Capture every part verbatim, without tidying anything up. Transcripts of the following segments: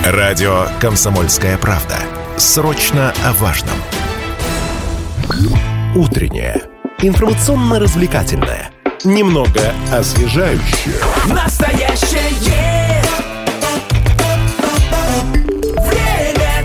Радио «Комсомольская правда». Срочно о важном. Утреннее. Информационно-развлекательное. Немного освежающее. Настоящее время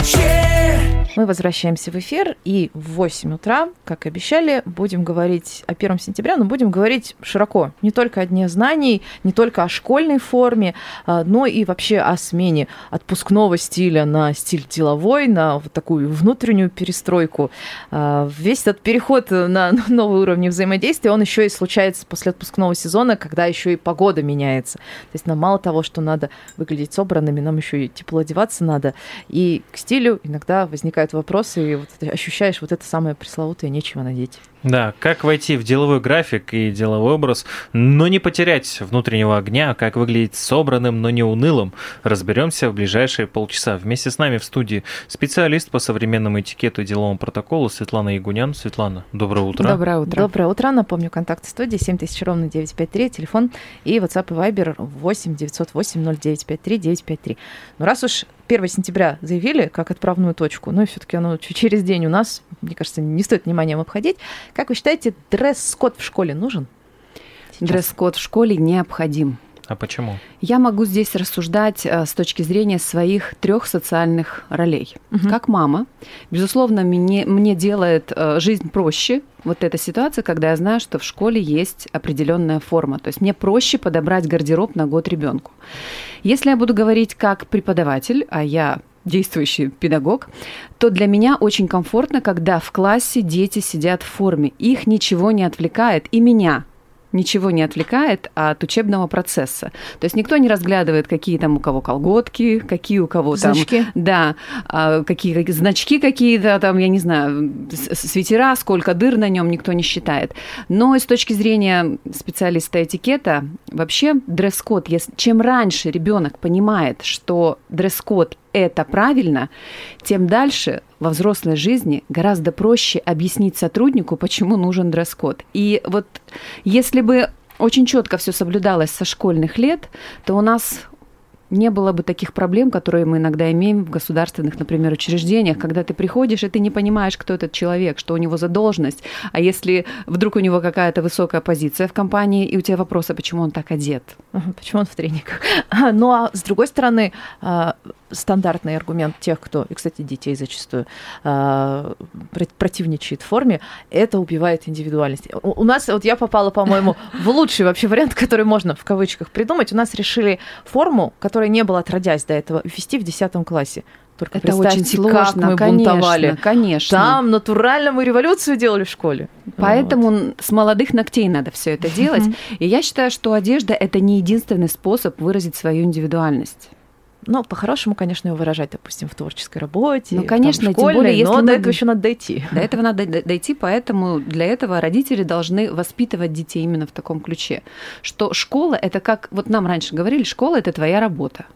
че. Мы возвращаемся в эфир, и в восемь утра, как обещали, будем говорить о первом сентября, но будем говорить широко. Не только о Дне знаний, не только о школьной форме, но и вообще о смене отпускного стиля на стиль деловой, на вот такую внутреннюю перестройку. Весь этот переход на новые уровни взаимодействия, он еще и случается после отпускного сезона, когда еще и погода меняется. То есть нам мало того, что надо выглядеть собранными, нам еще и тепло одеваться надо. И к стилю иногда возникают вопросы, и вот ты ощущаешь вот это самое пресловутое «нечего надеть». Да, как войти в деловой график и деловой образ, но не потерять внутреннего огня, как выглядеть собранным, но не унылым, разберемся в ближайшие полчаса. Вместе с нами в студии специалист по современному этикету и деловому протоколу Светлана Ягунян. Светлана, доброе утро. Доброе утро. Доброе утро. Напомню, контакты студии семь тысяч ровно девять пять три, телефон и WhatsApp и Viber восемь девятьсот восемь ноль девять пять три девять пять три. Ну, раз уж первого сентября заявили как отправную точку, но все-таки оно через день у нас, мне кажется, не стоит вниманием обходить. Как вы считаете, дресс-код в школе нужен? Сейчас? Дресс-код в школе необходим. А почему? Я могу здесь рассуждать с точки зрения своих трех социальных ролей. Угу. Как мама, безусловно, мне, мне делает жизнь проще вот эта ситуация, когда я знаю, что в школе есть определенная форма. То есть мне проще подобрать гардероб на год ребенку. Если я буду говорить как преподаватель, а я действующий педагог, то для меня очень комфортно, когда в классе дети сидят в форме. Их ничего не отвлекает, и меня ничего не отвлекает от учебного процесса. То есть никто не разглядывает, какие там у кого колготки, какие у кого там... Значки. Да, какие значки какие-то, там, я не знаю, свитера, сколько дыр на нем, никто не считает. Но с точки зрения специалиста этикета, вообще дресс-код, чем раньше ребенок понимает, что дресс-код это правильно, тем дальше во взрослой жизни гораздо проще объяснить сотруднику, почему нужен дресс-код. И вот если бы очень четко все соблюдалось со школьных лет, то у нас не было бы таких проблем, которые мы иногда имеем в государственных, например, учреждениях, когда ты приходишь, и ты не понимаешь, кто этот человек, что у него за должность, а если вдруг у него какая-то высокая позиция в компании, и у тебя вопросы, почему он так одет? Почему он в трениках? Ну, а с другой стороны, стандартный аргумент тех, кто, и, кстати, детей зачастую, противничает в форме, это убивает индивидуальность. У нас, вот я попала, по-моему, в лучший вообще вариант, который можно в кавычках придумать. У нас решили форму, которая не была отродясь до этого, ввести в десятом классе. Только это очень сложно, как мы конечно, бунтовали. Конечно. Там натурально мы революцию делали в школе. Поэтому вот. С молодых ногтей надо все это делать. И я считаю, что одежда – это не единственный способ выразить свою индивидуальность. Ну, по-хорошему, конечно, ее выражать, допустим, в творческой работе, ну, конечно, в школьной, тем более, если но мы... до этого еще надо дойти. До этого надо дойти, поэтому для этого родители должны воспитывать детей именно в таком ключе, что школа – это как, вот нам раньше говорили, школа – это твоя работа.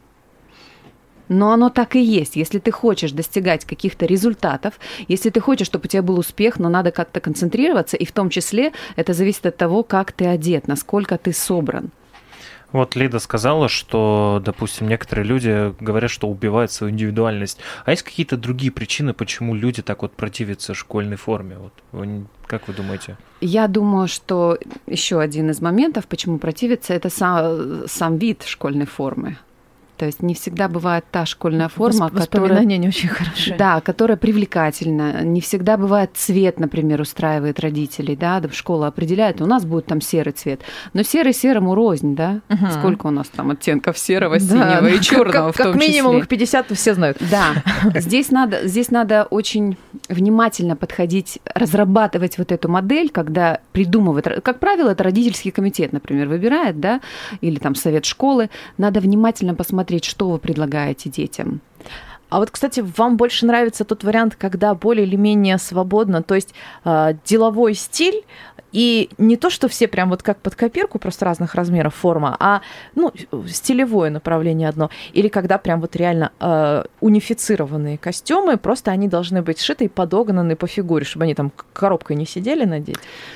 Но оно так и есть. Если ты хочешь достигать каких-то результатов, если ты хочешь, чтобы у тебя был успех, но надо как-то концентрироваться, и в том числе это зависит от того, как ты одет, насколько ты собран. Вот Лида сказала, что, допустим, некоторые люди говорят, что убивают свою индивидуальность. А есть какие-то другие причины, почему люди так вот противятся школьной форме? Вот вы, как вы думаете? Я думаю, что еще один из моментов, почему противятся, это сам, сам вид школьной формы. То есть не всегда бывает та школьная форма, Восп- которая не очень хорошая. Да, которая привлекательна. Не всегда бывает цвет, например, устраивает родителей, да, школа определяет, у нас будет там серый цвет. Но серый серому рознь, да? Угу. Сколько у нас там оттенков серого, синего да, и черного в том числе. Как минимум их пятьдесят, все знают. Да. Здесь надо, здесь надо очень внимательно подходить, разрабатывать вот эту модель, когда придумывают. Как правило, это родительский комитет, например, выбирает, да, или там совет школы. Надо внимательно посмотреть, что вы предлагаете детям. А вот, кстати, вам больше нравится тот вариант, когда более или менее свободно, то есть э, деловой стиль, и не то, что все прям вот как под копирку, просто разных размеров форма, а ну, стилевое направление одно. Или когда прям вот реально э, унифицированные костюмы, просто они должны быть сшиты и подогнаны по фигуре, чтобы они там коробкой не сидели надеть.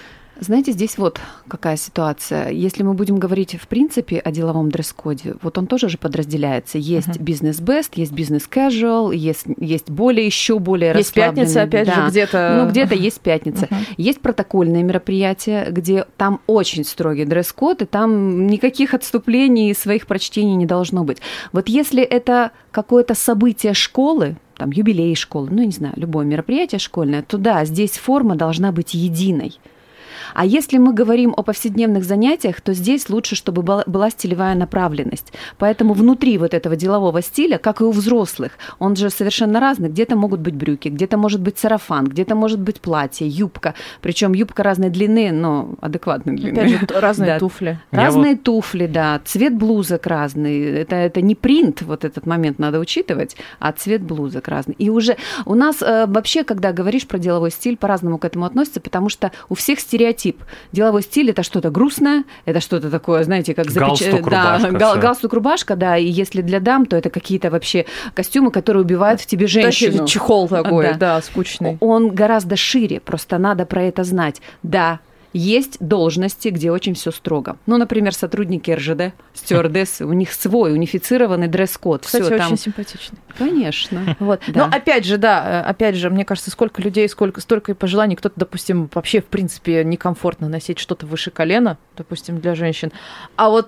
Знаете, здесь вот какая ситуация. Если мы будем говорить в принципе о деловом дресс-коде, вот он тоже же подразделяется. Есть uh-huh. бизнес-бест, есть бизнес-кэжуал, есть, есть более, еще более есть расслабленные. Есть пятница, опять да. же, где-то. Ну, где-то есть пятница. Uh-huh. Есть протокольные мероприятия, где там очень строгий дресс-код, и там никаких отступлений, своих прочтений не должно быть. Вот если это какое-то событие школы, там, юбилей школы, ну, не знаю, любое мероприятие школьное, то да, здесь форма должна быть единой. А если мы говорим о повседневных занятиях, то здесь лучше, чтобы была стилевая направленность. Поэтому внутри вот этого делового стиля, как и у взрослых, он же совершенно разный. Где-то могут быть брюки, где-то может быть сарафан, где-то может быть платье, юбка. Причем юбка разной длины, но адекватной длины. Опять же, разные да. туфли. Разные вот... туфли, да. Цвет блузок разный. Это, это не принт, вот этот момент надо учитывать, а цвет блузок разный. И уже у нас э, вообще, когда говоришь про деловой стиль, по-разному к этому относятся, потому что у всех стереотип. Деловой стиль – это что-то грустное, это что-то такое, знаете, как галстук, да, рубашка. Гал- галстук, рубашка, да, и если для дам, то это какие-то вообще костюмы, которые убивают в тебе женщину. Чехол такой, да. да, скучный. Он гораздо шире, просто надо про это знать. Да, есть должности, где очень все строго. Ну, например, сотрудники эр жэ дэ, стюардессы, у них свой унифицированный дресс-код. Кстати, Всё, очень там... симпатичный. Конечно. Вот. Да. Но опять же, да, опять же, мне кажется, сколько людей, сколько, столько и пожеланий. Кто-то, допустим, вообще, в принципе, некомфортно носить что-то выше колена, допустим, для женщин. А вот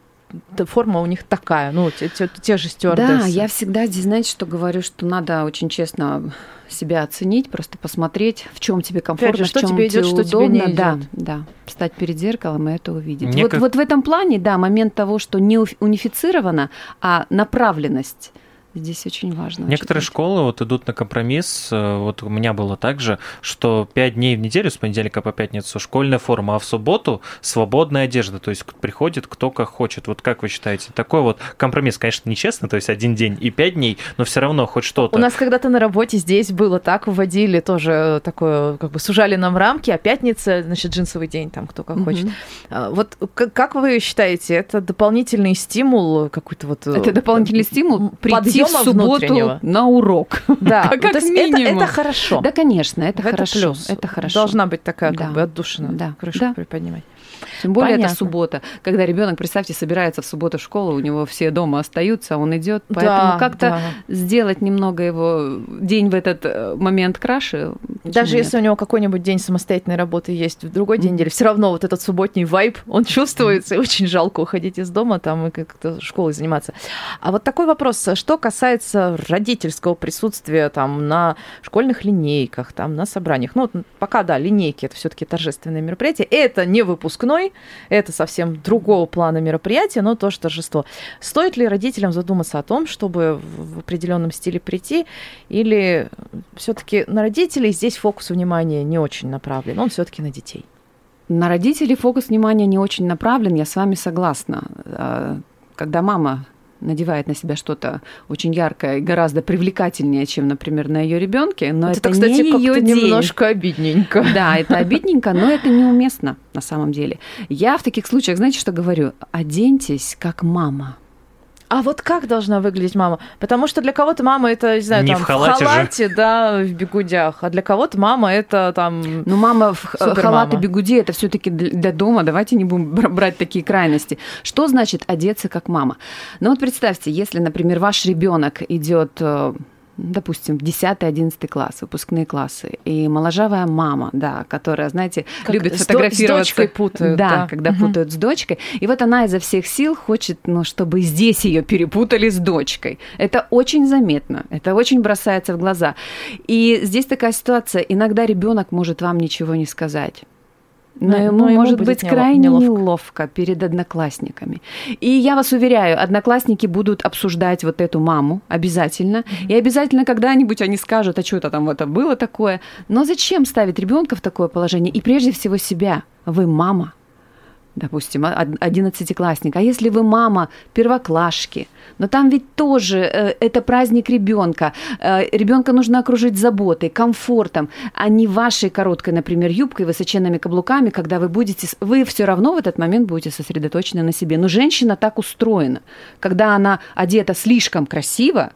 форма у них такая, ну, те, те, те же стюардессы. Да, я всегда здесь, знаете, что говорю, что надо очень честно себя оценить, просто посмотреть, в чем тебе комфортно, же, что в чем тебе идет, что тебе не идет. Да, да, встать перед зеркалом и это увидеть. Мне Вот, как... вот в этом плане, да, момент того, что не унифицировано, а направленность. Здесь очень важно. Некоторые учитывать. школы вот идут на компромисс. Вот у меня было так же, что пять дней в неделю, с понедельника по пятницу, школьная форма, а в субботу свободная одежда. То есть приходит кто как хочет. Вот как вы считаете? Такой вот компромисс, конечно, нечестно, то есть один день и пять дней, но все равно хоть что-то. У нас когда-то на работе здесь было так, вводили тоже такое, как бы сужали нам рамки, а пятница, значит, джинсовый день, там кто как mm-hmm. хочет. Вот как вы считаете, это дополнительный стимул какой-то вот... Это дополнительный стимул прийти в субботу внутреннего. На урок. Да, как то есть минимум. Это, это хорошо. Да, конечно, это, это хорошо. Плюс. Это хорошо. Должна быть такая да. как бы отдушина, да. крышку да. приподнимать. Тем более Понятно. Это суббота, когда ребенок, представьте, собирается в субботу в школу, у него все дома остаются, он идет, поэтому да, как-то да. сделать немного его день в этот момент краше. Даже если нет? У него какой-нибудь день самостоятельной работы есть в другой день недели, все равно вот этот субботний вайб, он чувствуется, и очень жалко уходить из дома там и как-то школой заниматься. А вот такой вопрос, что касается родительского присутствия там на школьных линейках, там на собраниях. Ну, пока, да, линейки – это все-таки торжественное мероприятие, это не выпускной, это совсем другого плана мероприятия, но тоже торжество. Стоит ли родителям задуматься о том, чтобы в определенном стиле прийти, или все-таки на родителей здесь фокус внимания не очень направлен, он все-таки на детей? На родителей фокус внимания не очень направлен, я с вами согласна. Когда мама надевает на себя что-то очень яркое и гораздо привлекательнее, чем, например, на ее ребенке, но вот это, это, кстати, не ее день. Немножко обидненько. Да, это обидненько, но это неуместно на самом деле. Я в таких случаях, знаете, что говорю? Оденьтесь как мама. А вот как должна выглядеть мама? Потому что для кого-то мама это, не знаю, не там, в халате, в халате, да, в бигудях, а для кого-то мама это там. Ну, мама в халат и бигуде это все-таки для дома. Давайте не будем брать такие крайности. Что значит одеться как мама? Ну вот представьте, если, например, ваш ребенок идет, допустим, десятый-одиннадцатый класс, выпускные классы, и моложавая мама, да, которая, знаете, как любит фотографироваться. С дочкой путают. Да, да. когда угу. путают с дочкой. И вот она изо всех сил хочет, ну, чтобы здесь ее перепутали с дочкой. Это очень заметно, это очень бросается в глаза. И здесь такая ситуация, иногда ребенок может вам ничего не сказать. Но, но ему, но ему может быть крайне неловко. неловко перед одноклассниками. И я вас уверяю, одноклассники будут обсуждать вот эту маму обязательно. Mm-hmm. И обязательно когда-нибудь они скажут, а что это там это было такое. Но зачем ставить ребенка в такое положение? И прежде всего себя. Вы мама. Допустим, одиннадцатиклассник. А если вы мама первоклашки? Но там ведь тоже э, это праздник ребенка. Э, ребенка нужно окружить заботой, комфортом, а не вашей короткой, например, юбкой, высоченными каблуками, когда вы будете... Вы все равно в этот момент будете сосредоточены на себе. Но женщина так устроена. Когда она одета слишком красиво,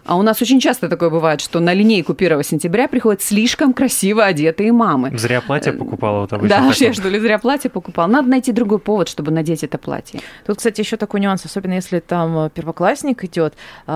А у нас очень часто такое бывает, что на линейку первого сентября приходят слишком красиво одетые мамы. Зря платье покупала вот обычно. Да, такое. я что ли зря платье покупала. Надо найти другой повод, чтобы надеть это платье. Тут, кстати, еще такой нюанс, особенно если там первоклассник идет,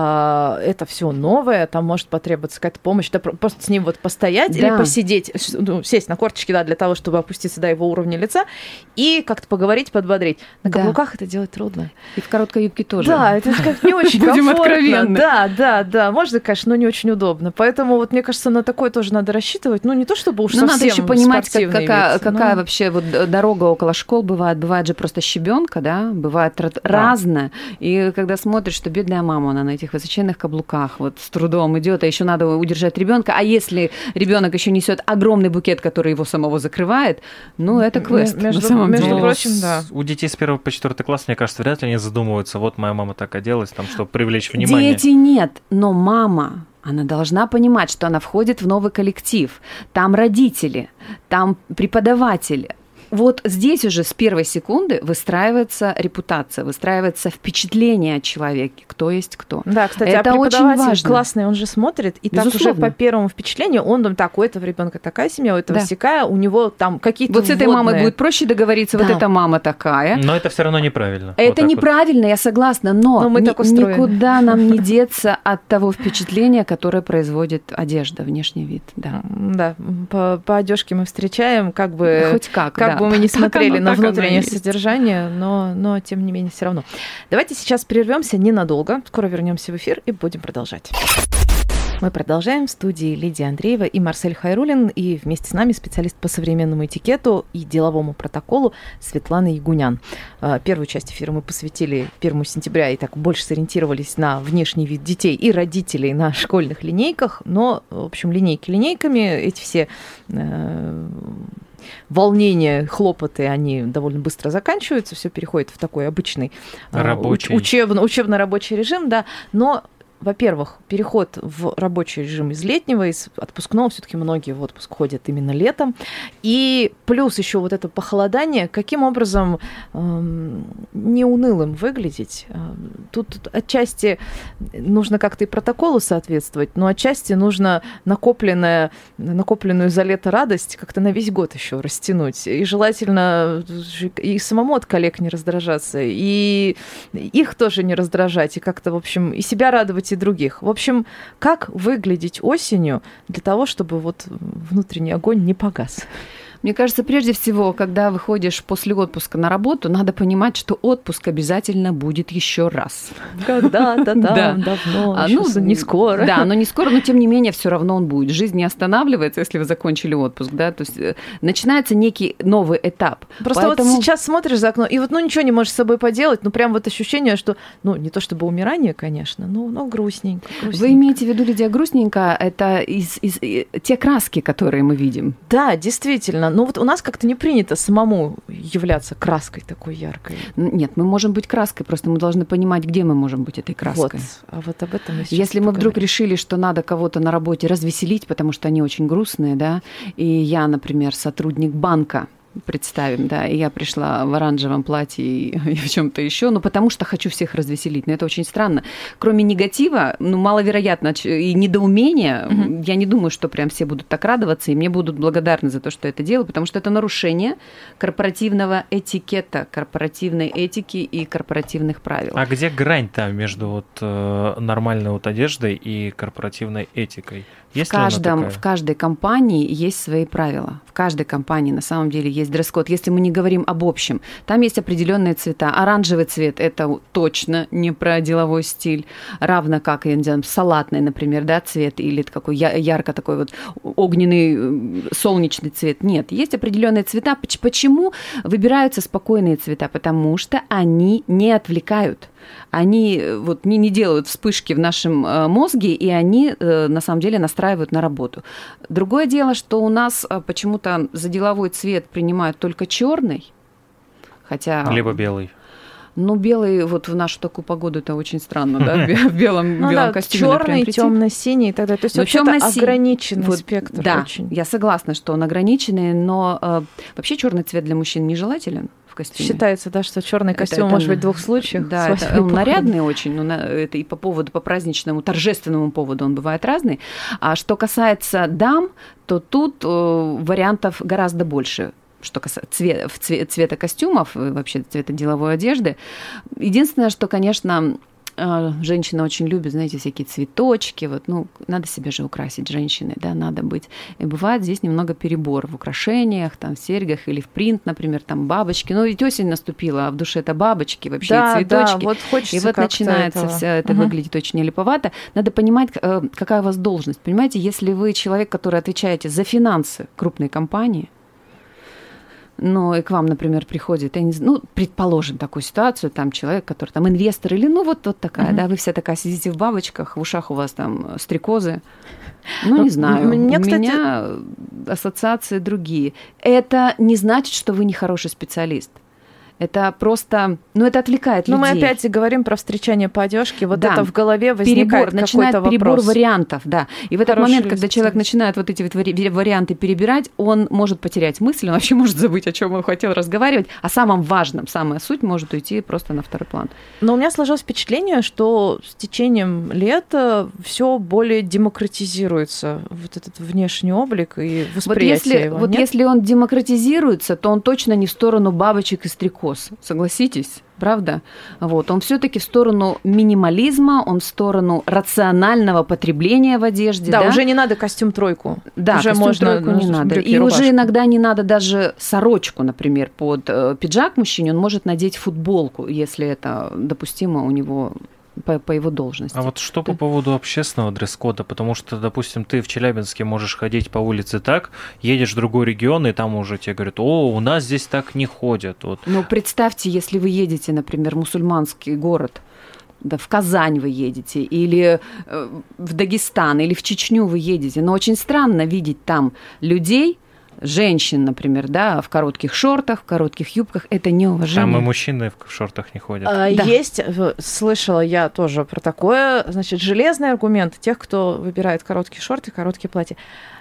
это все новое, там может потребоваться какая-то помощь, да, просто с ним вот постоять Да. или посидеть, ну, сесть на корточки, да, для того, чтобы опуститься до его уровня лица и как-то поговорить, подбодрить. На Да. каблуках это делать трудно. И в короткой юбке тоже. Да, это как не очень Будем комфортно. откровенны. Да, да, да. Можно, конечно, но не очень удобно. Поэтому вот мне кажется, на такое тоже надо рассчитывать. Ну, не то чтобы уж Ну, совсем надо еще понимать, как- спортивный какая, вид, какая но- вообще вот дорога около школ бывает. Бывает же просто щебенка, да, бывает ра- разное. И когда смотришь, что бедная мама, она на этих высоченных каблуках вот с трудом идет, а еще надо удержать ребенка. А если ребенок еще несет огромный букет, который его самого закрывает, ну, это квест Между- на самом между деле. Ну, прочим, с- да. У детей с первого по четвертый класс, мне кажется, вряд ли они задумываются, вот моя мама так оделась, там, чтобы привлечь внимание. Дети нет, но мама, она должна понимать, что она входит в новый коллектив. Там родители, там преподаватели. Вот здесь уже с первой секунды выстраивается репутация, выстраивается впечатление о человеке, кто есть кто. Да, кстати, Это а очень преподаватель важно. классный, он же смотрит, и так уже Безусловно. по первому впечатлению он думает, так, у этого ребенка такая семья, у этого Да. сякая, у него там какие-то Вот с этой мамой вводные. будет проще договориться, вот Да. эта мама такая. Но это все равно неправильно. Вот Это так вот. неправильно, я согласна, но, Но мы ни- так устроены. никуда нам не деться от того впечатления, которое производит одежда, внешний вид. Да. М, Да, по, по одежке мы встречаем, как бы, Хоть как, как да. бы мы не Так смотрели оно- на так оно и внутреннее есть. содержание, но, но тем не менее все равно. Давайте сейчас прервемся ненадолго, скоро вернемся в эфир и будем продолжать. Мы продолжаем. В студии Лидия Андреева и Марсель Хайруллин. И вместе с нами специалист по современному этикету и деловому протоколу Светлана Ягунян. А, Первую часть эфира мы посвятили первому сентября и так больше сориентировались на внешний вид детей и родителей на школьных линейках. Но, в общем, линейки линейками, эти все э, волнения, хлопоты, они довольно быстро заканчиваются, все переходит в такой обычный э, Рабочий. уч- учебно- учебно-рабочий режим, да, но во-первых, переход в рабочий режим из летнего, из отпускного, все-таки многие в отпуск ходят именно летом. И плюс еще вот это похолодание, каким образом эм, не унылым выглядеть. Эм, Тут, тут отчасти нужно как-то и протоколу соответствовать, но отчасти нужно накопленное, накопленную за лето радость как-то на весь год еще растянуть. И желательно и самому от коллег не раздражаться, и их тоже не раздражать, и как-то, в общем, и себя радовать, и других. В общем, как выглядеть осенью для того, чтобы вот внутренний огонь не погас? Мне кажется, прежде всего, когда выходишь после отпуска на работу, надо понимать, что отпуск обязательно будет еще раз. Когда-то там Да. давно, А, еще ну, не скоро. Да, но не скоро, но тем не менее все равно он будет. Жизнь не останавливается, если вы закончили отпуск, да, то есть э, начинается некий новый этап. Просто Поэтому- вот сейчас смотришь за окно, и вот ну ничего не можешь с собой поделать, ну прям вот ощущение, что, ну не то чтобы умирание, конечно, но, но грустненько, грустненько. Вы имеете в виду, Лидия, грустненько, это из, из- и- те краски, которые мы видим. Да, действительно. Но вот у нас как-то не принято самому являться краской такой яркой. Н- Нет, мы можем быть краской, просто мы должны понимать, где мы можем быть этой краской. Вот. А вот об этом мы сейчас Если мы вдруг поговорим. решили, что надо кого-то на работе развеселить, потому что они очень грустные, да, и я, например, сотрудник банка, представим, да, и я пришла в оранжевом платье и, и в чем-то еще, ну, потому что хочу всех развеселить. Но это очень странно. Кроме негатива, ну, маловероятно, ч- и недоумения, Мгм. я не думаю, что прям все будут так радоваться, и мне будут благодарны за то, что это делаю, потому что это нарушение корпоративного этикета, корпоративной этики и корпоративных правил. А где грань-то между вот э, нормальной вот одеждой и корпоративной этикой? Есть В, ли она каждом, такая? в каждой компании есть свои правила. В каждой компании на самом деле есть дресс-код. Если мы не говорим об общем, там есть определенные цвета. Оранжевый цвет – это точно не про деловой стиль. Равно как, я не знаю, салатный, например, да, цвет или какой я- ярко такой вот огненный э, солнечный цвет. Нет, есть определенные цвета. Поч- Почему выбираются спокойные цвета? Потому что они не отвлекают. Они э, вот не, не делают вспышки в нашем э, мозге, и они э, на самом деле настраивают на работу. Другое дело, что у нас э, почему-то за деловой цвет принимают только черный, хотя Либо белый. Ну, белый, вот в нашу такую погоду это очень странно, да, в белом, ну, белом да, костюме. Черный, темно-синий и так далее. То есть вообще ограниченный вот, спектр. Да, очень. Я согласна, что он ограниченный, но э, вообще черный цвет для мужчин нежелателен в костюме. Считается, да, что черный костюм это, может это, быть в двух случаях. Да, это, он нарядный очень, но это и по поводу, по праздничному, торжественному поводу он бывает разный. А что касается дам, то тут э, вариантов гораздо больше. Что касается цвета, цвета костюмов, вообще цвета деловой одежды. Единственное, что, конечно, женщина очень любит, знаете, всякие цветочки. Вот, ну, надо себя же украсить женщиной, да, надо быть. И бывает здесь немного перебор в украшениях, там, в серьгах или в принт, например, там бабочки. Ну, ведь осень наступила, а в душе это бабочки, вообще да, цветочки. Да, вот хочется и вот начинается этого. все это угу. выглядит очень нелеповато. Надо понимать, какая у вас должность. Понимаете, если вы человек, который отвечаете за финансы крупной компании, ну, и к вам, например, приходит, я не знаю, ну, предположим такую ситуацию, там человек, который там инвестор или, ну, вот, вот такая, uh-huh. да, вы вся такая сидите в бабочках, в ушах у вас там стрекозы. Ну, не знаю, Мне, у кстати... меня ассоциации другие. Это не значит, что вы не хороший специалист. Это просто, ну, это отвлекает людей. Но мы опять говорим про встречание по одежке. Вот да. это в голове возникает перебор, начинает какой-то перебор вопрос. вариантов, да. И в этот Хороший момент, когда человек начинает вот эти вот варианты перебирать, он может потерять мысль, он вообще может забыть, о чем он хотел разговаривать. О самом важном, самая суть может уйти просто на второй план. Но у меня сложилось впечатление, что с течением лет все более демократизируется, вот этот внешний облик и восприятие вот если, его. Вот Нет? если он демократизируется, то он точно не в сторону бабочек и стрекоз. Согласитесь, правда? Вот. Он все-таки в сторону минимализма, он в сторону рационального потребления в одежде. Да, да? уже не надо костюм-тройку. Да, уже костюм-тройку можно, не надо. брюки, и рубашку. уже иногда не надо даже сорочку, например, под пиджак мужчине, он может надеть футболку, если это допустимо у него... По, по его должности. А вот что по поводу общественного дресс-кода? Потому что, допустим, ты в Челябинске можешь ходить по улице так, едешь в другой регион, и там уже тебе говорят, о, у нас здесь так не ходят. Вот. Ну, представьте, если вы едете, например, в мусульманский город, да, в Казань вы едете, или в Дагестан, или в Чечню вы едете, но очень странно видеть там людей, женщин, например, да, в коротких шортах, в коротких юбках, это неуважение. Там и мужчины в шортах не ходят. А, да. Есть, слышала я тоже про такое, значит, железный аргумент тех, кто выбирает короткие шорты, короткие платья.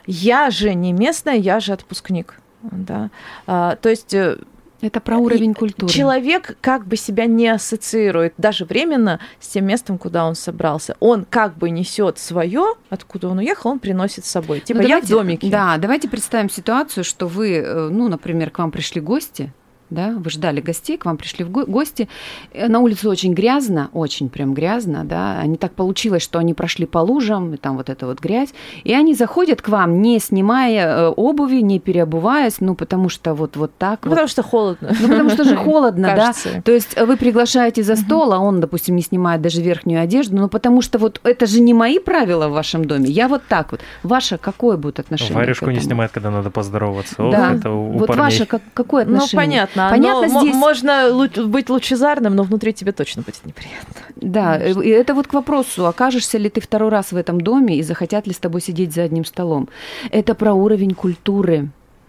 Я же не местная, я же отпускник. Да. А, то есть... Это про уровень культуры. Человек как бы себя не ассоциирует даже временно с тем местом, куда он собрался. Он как бы несет свое, откуда он уехал, он приносит с собой. Типа ну, давайте, я в домике. Да, давайте представим ситуацию, что вы, ну, например, к вам пришли гости, да, вы ждали гостей, к вам пришли в гости, на улице очень грязно, очень прям грязно, да, они так получилось, что они прошли по лужам, и там вот эта вот грязь, и они заходят к вам, не снимая обуви, не переобуваясь, ну, потому что вот, вот так ну, вот. Потому что холодно. Ну, потому что же холодно, да, то есть вы приглашаете за стол, а он, допустим, не снимает даже верхнюю одежду, ну, потому что вот это же не мои правила в вашем доме, я вот так вот. Ваше какое будет отношение? Варежку не снимает, когда надо поздороваться. Да, О, это у вот парней. ваше как, какое отношение? Ну, понятно. Понятно, но здесь... можно быть лучезарным, но внутри тебе точно будет неприятно. Да, конечно. И это вот к вопросу, окажешься ли ты второй раз в этом доме и захотят ли с тобой сидеть за одним столом. Это про уровень культуры.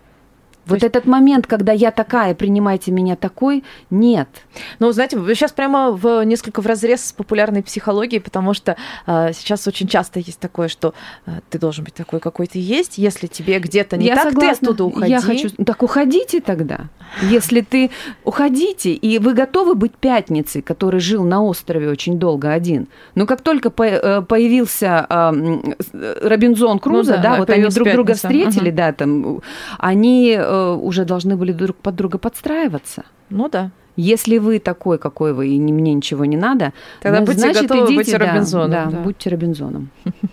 Вот есть... этот момент, когда я такая, принимайте меня такой, нет. Ну, знаете, сейчас прямо в, несколько вразрез с популярной психологией, потому что э, сейчас очень часто есть такое, что э, ты должен быть такой, какой ты есть. Если тебе где-то не я так, согласна. Ты оттуда уходи. Я хочу... Так уходите тогда. Если ты уходите, и вы готовы быть пятницей, который жил на острове очень долго один. Но как только появился э, Робинзон Крузо, ну, да, да, вот они друг пятница. друга встретили, uh-huh. да, там, они уже должны были друг под друга подстраиваться. Ну да. Если вы такой, какой вы, и мне ничего не надо, тогда ну, будьте значит, готовы идите, быть да, Робинзоном. Да, да. будьте Робинзоном.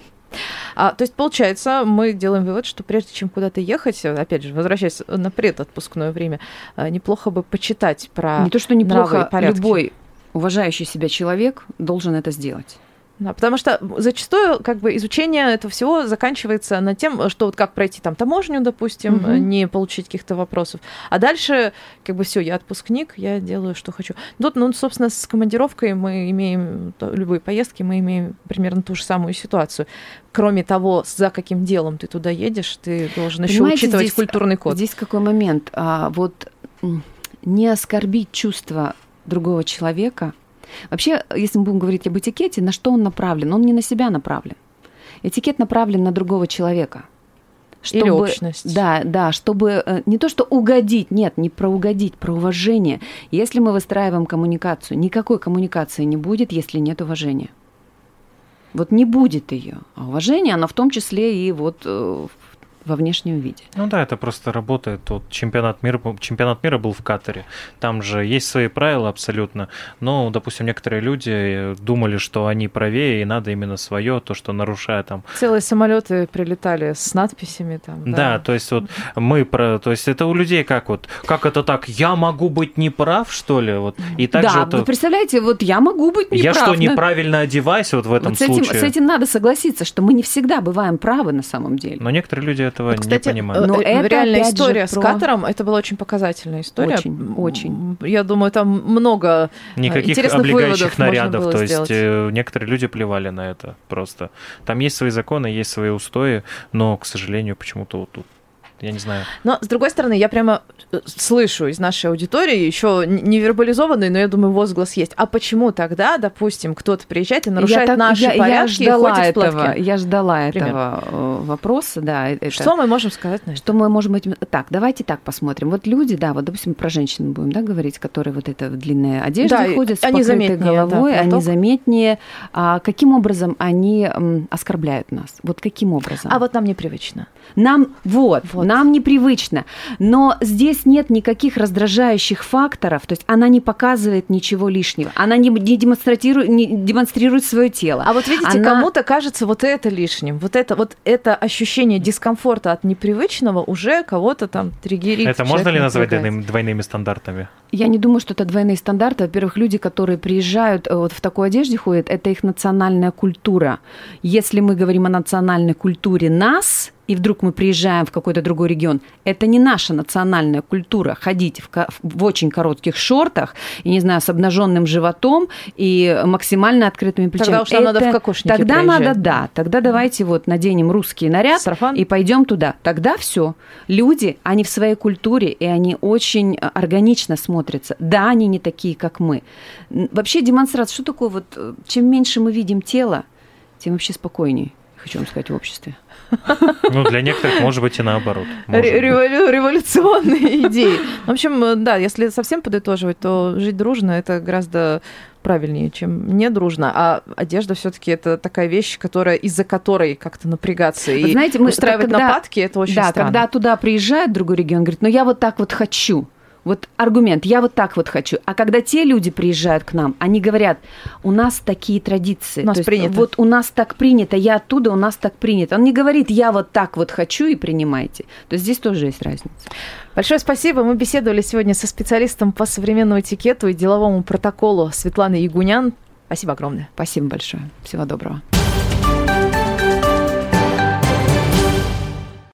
А, то есть, получается, мы делаем вывод, что прежде чем куда-то ехать, опять же, возвращаясь на предотпускное время, неплохо бы почитать про не то, что неплохо, порядки. Любой уважающий себя человек должен это сделать. Да, потому что зачастую как бы изучение этого всего заканчивается на тем, что вот как пройти там таможню, допустим, угу. не получить каких-то вопросов. А дальше как бы все, я отпускник, я делаю, что хочу. Тут, ну, собственно, с командировкой мы имеем, любые поездки, мы имеем примерно ту же самую ситуацию. Кроме того, за каким делом ты туда едешь, ты должен еще учитывать здесь, культурный код. Здесь какой момент? А, вот не оскорбить чувства другого человека. Вообще, если мы будем говорить об этикете, на что он направлен? Он не на себя направлен. Этикет направлен на другого человека. Чтобы, или общность. Да, да, чтобы не то, что угодить, нет, не про угодить, про уважение. Если мы выстраиваем коммуникацию, никакой коммуникации не будет, если нет уважения. Вот не будет ее. А уважение, оно в том числе и вот э, во внешнем виде. Ну да, это просто работает. Вот чемпионат мира, чемпионат мира был в Катаре. Там же есть свои правила абсолютно. Но, допустим, некоторые люди думали, что они правее, и надо именно свое, то, что нарушает там. Целые самолеты прилетали с надписями там. Да, да, то есть вот мы про, то есть это у людей как вот, как это так? Я могу быть неправ, что ли? Вот и так да, же вы это... представляете, вот я могу быть неправ. Я что, на... неправильно одеваюсь вот в этом вот с этим, случае? С этим надо согласиться, что мы не всегда бываем правы на самом деле. Но некоторые люди этого вот, кстати, не понимают. Но это, реальная история же, с про... Катаром, это была очень показательная история. Очень, очень. Я думаю, там много никаких интересных облегающих выводов можно нарядов, было то есть сделать. Некоторые люди плевали на это просто. Там есть свои законы, есть свои устои, но, к сожалению, почему-то вот тут я не знаю. Но, с другой стороны, я прямо слышу из нашей аудитории, еще не вербализованный, но я думаю, возглас есть. А почему тогда, допустим, кто-то приезжает и нарушает так, наши я, порядки я и ходит этого, в платке? Я ждала Пример. этого вопроса, да. Это... Что мы можем сказать на это? Что мы можем... Так, давайте так посмотрим. Вот люди, да, вот, допустим, про женщин будем, да, говорить, которые вот это в длинной одежде да, ходят с они покрытой головой, да, они заметнее. А каким образом они м, оскорбляют нас? Вот каким образом? А вот нам непривычно. Нам, вот, вот. нам непривычно. Но здесь нет никаких раздражающих факторов, то есть она не показывает ничего лишнего, она не, не, демонстрирует, не демонстрирует свое тело. А вот видите, она... кому-то кажется вот это лишним, вот это, вот это ощущение дискомфорта от непривычного уже кого-то там триггерит. Это можно ли назвать двойными, двойными стандартами? Я не думаю, что это двойные стандарты. Во-первых, люди, которые приезжают вот в такой одежде ходят, это их национальная культура. Если мы говорим о национальной культуре нас, и вдруг мы приезжаем в какой-то другой регион, это не наша национальная культура ходить в, в очень коротких шортах, и, не знаю, с обнаженным животом и максимально открытыми плечами. Тогда уж нам это... надо в кокошнике Тогда приезжать. надо, да. Тогда давайте вот наденем русский наряд сарафан и пойдем туда. Тогда все. Люди, они в своей культуре, и они очень органично смотрятся. Да, они не такие, как мы. Вообще демонстрация, что такое вот, чем меньше мы видим тело, тем вообще спокойнее, хочу вам сказать, в обществе. Ну, для некоторых, может быть, и наоборот. Револю- революционные идеи. В общем, да, если совсем подытоживать, то жить дружно – это гораздо правильнее, чем не дружно. А одежда все-таки это такая вещь, которая, из-за которой как-то напрягаться и знаете, мы, устраивать когда, нападки – это очень да, странно. когда туда приезжает другой регион, говорит, ну я вот так вот хочу. Вот аргумент, я вот так вот хочу. А когда те люди приезжают к нам, они говорят, у нас такие традиции. У нас То есть, принято. вот у нас так принято, я оттуда, у нас так принято. Он не говорит, я вот так вот хочу и принимайте. То есть здесь тоже есть разница. Большое спасибо. Мы беседовали сегодня со специалистом по современному этикету и деловому протоколу Светланой Ягунян. Спасибо огромное. Спасибо большое. Всего доброго.